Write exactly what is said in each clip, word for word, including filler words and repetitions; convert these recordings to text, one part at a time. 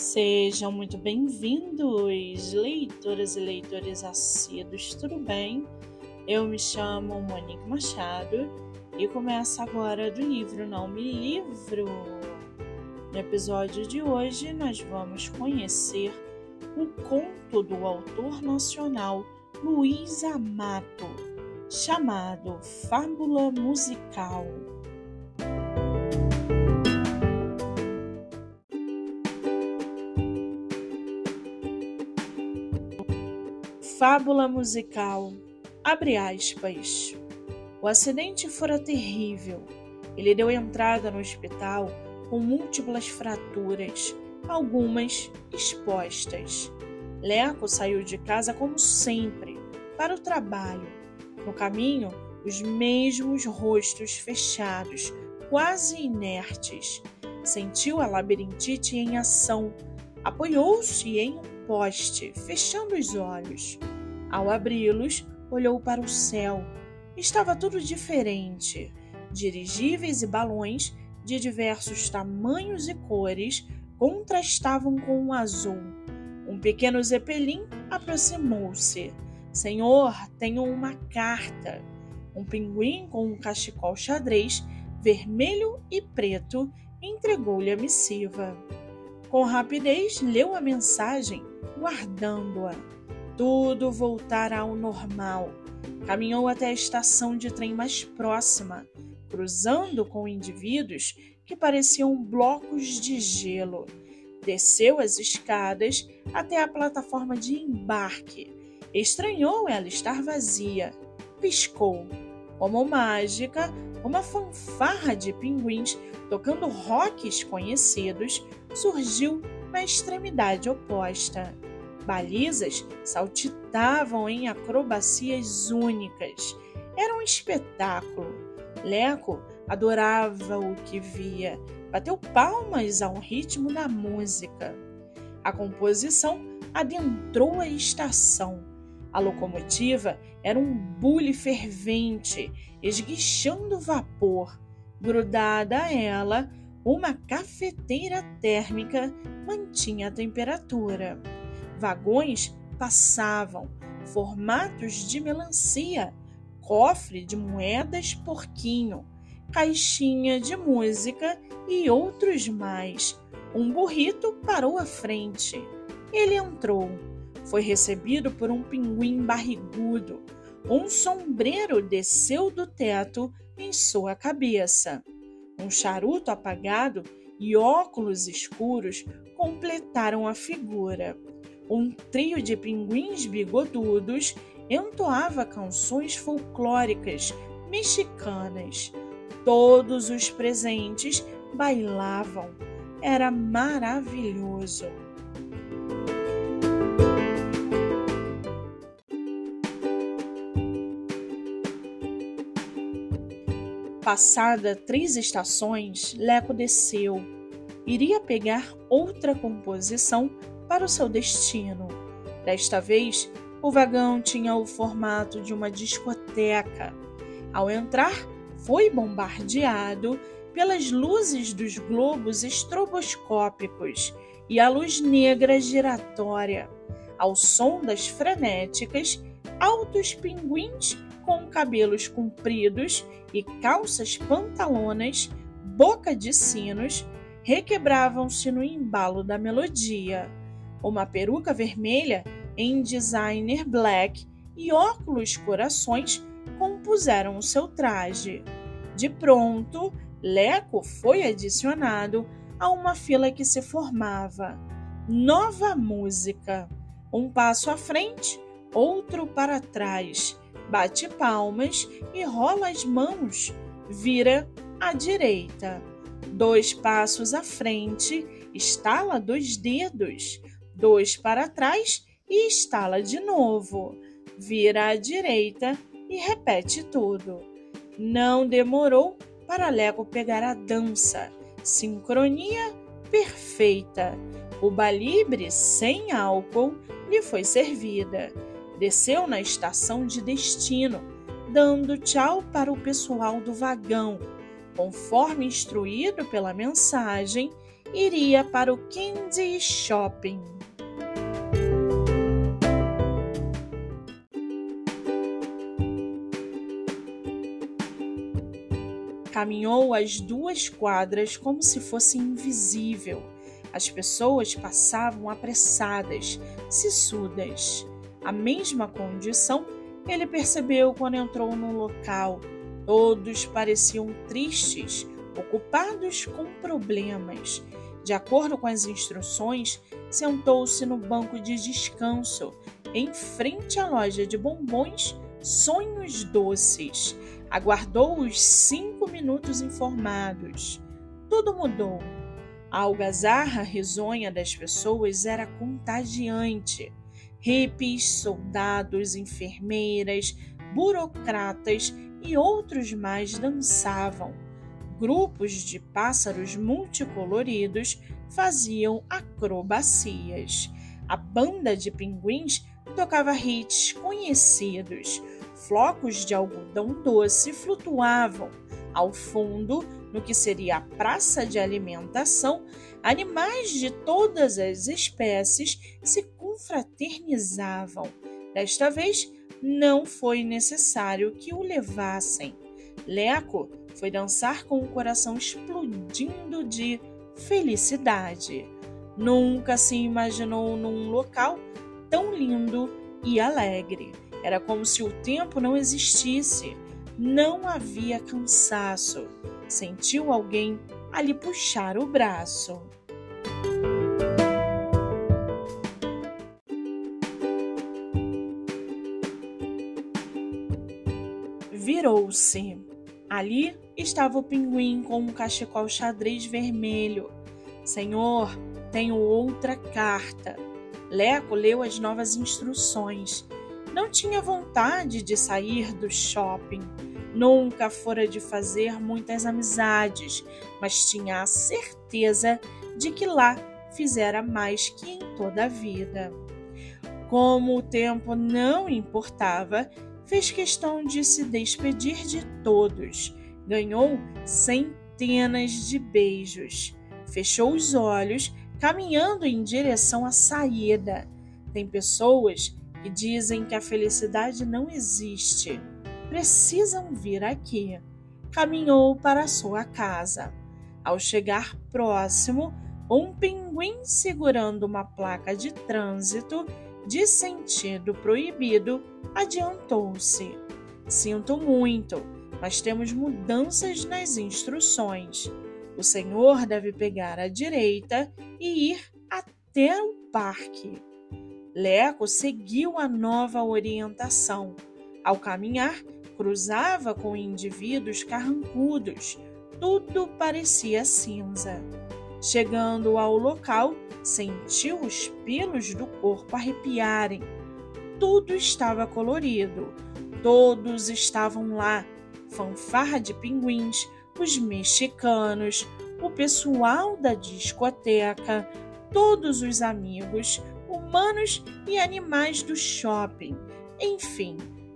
Sejam muito bem-vindos, leitoras e leitores assíduos, tudo bem? Eu me chamo Monique Machado e começo agora do livro Não Me Livro. No episódio de hoje, nós vamos conhecer um conto do autor nacional Luiz Amado, chamado Fábula Musical. Fábula musical, abre aspas. O acidente fora terrível. Ele deu entrada no hospital com múltiplas fraturas, algumas expostas. Leco saiu de casa como sempre, para o trabalho. No caminho, os mesmos rostos fechados, quase inertes. Sentiu a labirintite em ação. Apoiou-se em um poste, fechando os olhos. Ao abri-los, olhou para o céu. Estava tudo diferente. Dirigíveis e balões de diversos tamanhos e cores contrastavam com o azul. Um pequeno zeppelin aproximou-se. Senhor, tenho uma carta. Um pinguim com um cachecol xadrez, vermelho e preto, entregou-lhe a missiva. Com rapidez, leu a mensagem, guardando-a. Tudo voltara ao normal. Caminhou até a estação de trem mais próxima, cruzando com indivíduos que pareciam blocos de gelo. Desceu as escadas até a plataforma de embarque. Estranhou ela estar vazia. Piscou. Como mágica, uma fanfarra de pinguins tocando rocks conhecidos surgiu na extremidade oposta. Balizas saltitavam em acrobacias únicas. Era um espetáculo. Leco adorava o que via. Bateu palmas ao ritmo da música. A composição adentrou a estação. A locomotiva era um bule fervente, esguichando vapor. Grudada a ela, uma cafeteira térmica mantinha a temperatura. Vagões passavam, formatos de melancia, cofre de moedas porquinho, caixinha de música e outros mais. Um burrito parou à frente. Ele entrou. Foi recebido por um pinguim barrigudo. Um sombreiro desceu do teto em sua cabeça. Um charuto apagado e óculos escuros completaram a figura. Um trio de pinguins bigodudos entoava canções folclóricas mexicanas. Todos os presentes bailavam. Era maravilhoso. Passada três estações, Leco desceu. Iria pegar outra composição para o seu destino. Desta vez, o vagão tinha o formato de uma discoteca. Ao entrar, foi bombardeado pelas luzes dos globos estroboscópicos e a luz negra giratória. Ao som das frenéticas, altos pinguins com cabelos compridos e calças pantalonas, boca de sinos, requebravam-se no embalo da melodia. Uma peruca vermelha em designer black e óculos corações compuseram o seu traje. De pronto, Leco foi adicionado a uma fila que se formava. Nova música. Um passo à frente, outro para trás. Bate palmas e rola as mãos. Vira à direita. Dois passos à frente, estala dois dedos. Dois para trás e estala de novo. Vira à direita e repete tudo. Não demorou para Leco pegar a dança. Sincronia perfeita. O balibre sem álcool lhe foi servida. Desceu na estação de destino, dando tchau para o pessoal do vagão, conforme instruído pela mensagem, iria para o Candy Shopping. Caminhou as duas quadras como se fosse invisível. As pessoas passavam apressadas, sisudas. A mesma condição ele percebeu quando entrou no local. Todos pareciam tristes, ocupados com problemas. De acordo com as instruções, sentou-se no banco de descanso, em frente à loja de bombons Sonhos Doces. Aguardou os cinco minutos informados. Tudo mudou. A algazarra risonha das pessoas era contagiante. Hippies, soldados, enfermeiras, burocratas e outros mais dançavam. Grupos de pássaros multicoloridos faziam acrobacias. A banda de pinguins tocava hits conhecidos. Flocos de algodão doce flutuavam. Ao fundo, no que seria a praça de alimentação, animais de todas as espécies se confraternizavam. Desta vez, não foi necessário que o levassem. Leco foi dançar com o coração explodindo de felicidade. Nunca se imaginou num local tão lindo e alegre. Era como se o tempo não existisse. Não havia cansaço. Sentiu alguém a lhe puxar o braço. Virou-se. Ali estava o pinguim com um cachecol xadrez vermelho. Senhor, tenho outra carta. Leco leu as novas instruções. Não tinha vontade de sair do shopping. Nunca fora de fazer muitas amizades, mas tinha a certeza de que lá fizera mais que em toda a vida. Como o tempo não importava, fez questão de se despedir de todos. Ganhou centenas de beijos. Fechou os olhos, caminhando em direção à saída. Tem pessoas que dizem que a felicidade não existe. Precisam vir aqui. Caminhou para a sua casa. Ao chegar próximo, um pinguim segurando uma placa de trânsito de sentido proibido adiantou-se. Sinto muito, mas temos mudanças nas instruções. O senhor deve pegar à direita e ir até o parque. Leco seguiu a nova orientação. Ao caminhar, cruzava com indivíduos carrancudos. Tudo parecia cinza. Chegando ao local, sentiu os pelos do corpo arrepiarem. Tudo estava colorido. Todos estavam lá. Fanfarra de pinguins, os mexicanos, o pessoal da discoteca, todos os amigos, humanos e animais do shopping. Enfim,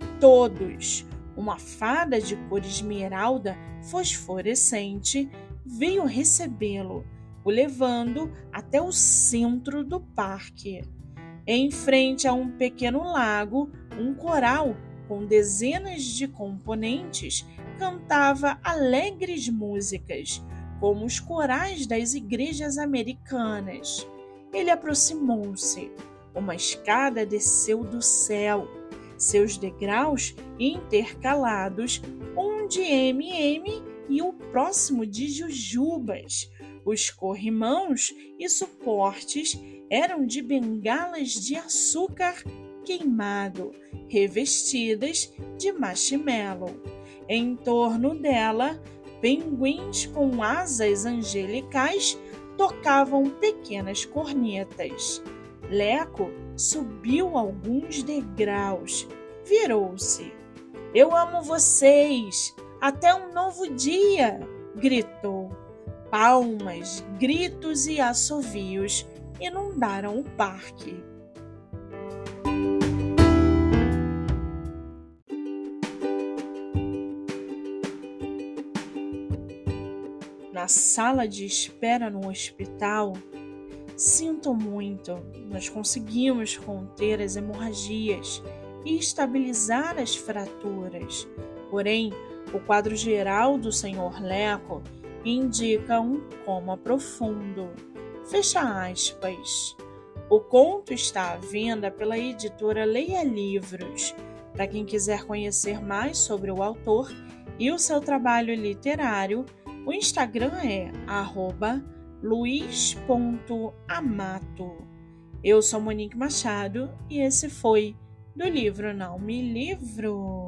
todos. Uma fada de cor esmeralda fosforescente veio recebê-lo, o levando até o centro do parque. Em frente a um pequeno lago, um coral com dezenas de componentes cantava alegres músicas, como os corais das igrejas americanas. Ele aproximou-se. Uma escada desceu do céu. Seus degraus intercalados, um de M e M e o próximo de jujubas. Os corrimãos e suportes eram de bengalas de açúcar queimado, revestidas de marshmallow. Em torno dela, pinguins com asas angelicais tocavam pequenas cornetas. Leco subiu alguns degraus. Virou-se. Eu amo vocês! Até um novo dia! Gritou. Palmas, gritos e assovios inundaram o parque. na sala de espera no hospital. Sinto muito, nós conseguimos conter as hemorragias e estabilizar as fraturas. Porém, o quadro geral do senhor Leco indica um coma profundo. Fecha aspas. O conto está à venda pela editora Leia Livros. Para quem quiser conhecer mais sobre o autor e o seu trabalho literário, o Instagram é arroba luiz ponto amato. Eu sou Monique Machado e esse foi Do Livro Não Me Livro.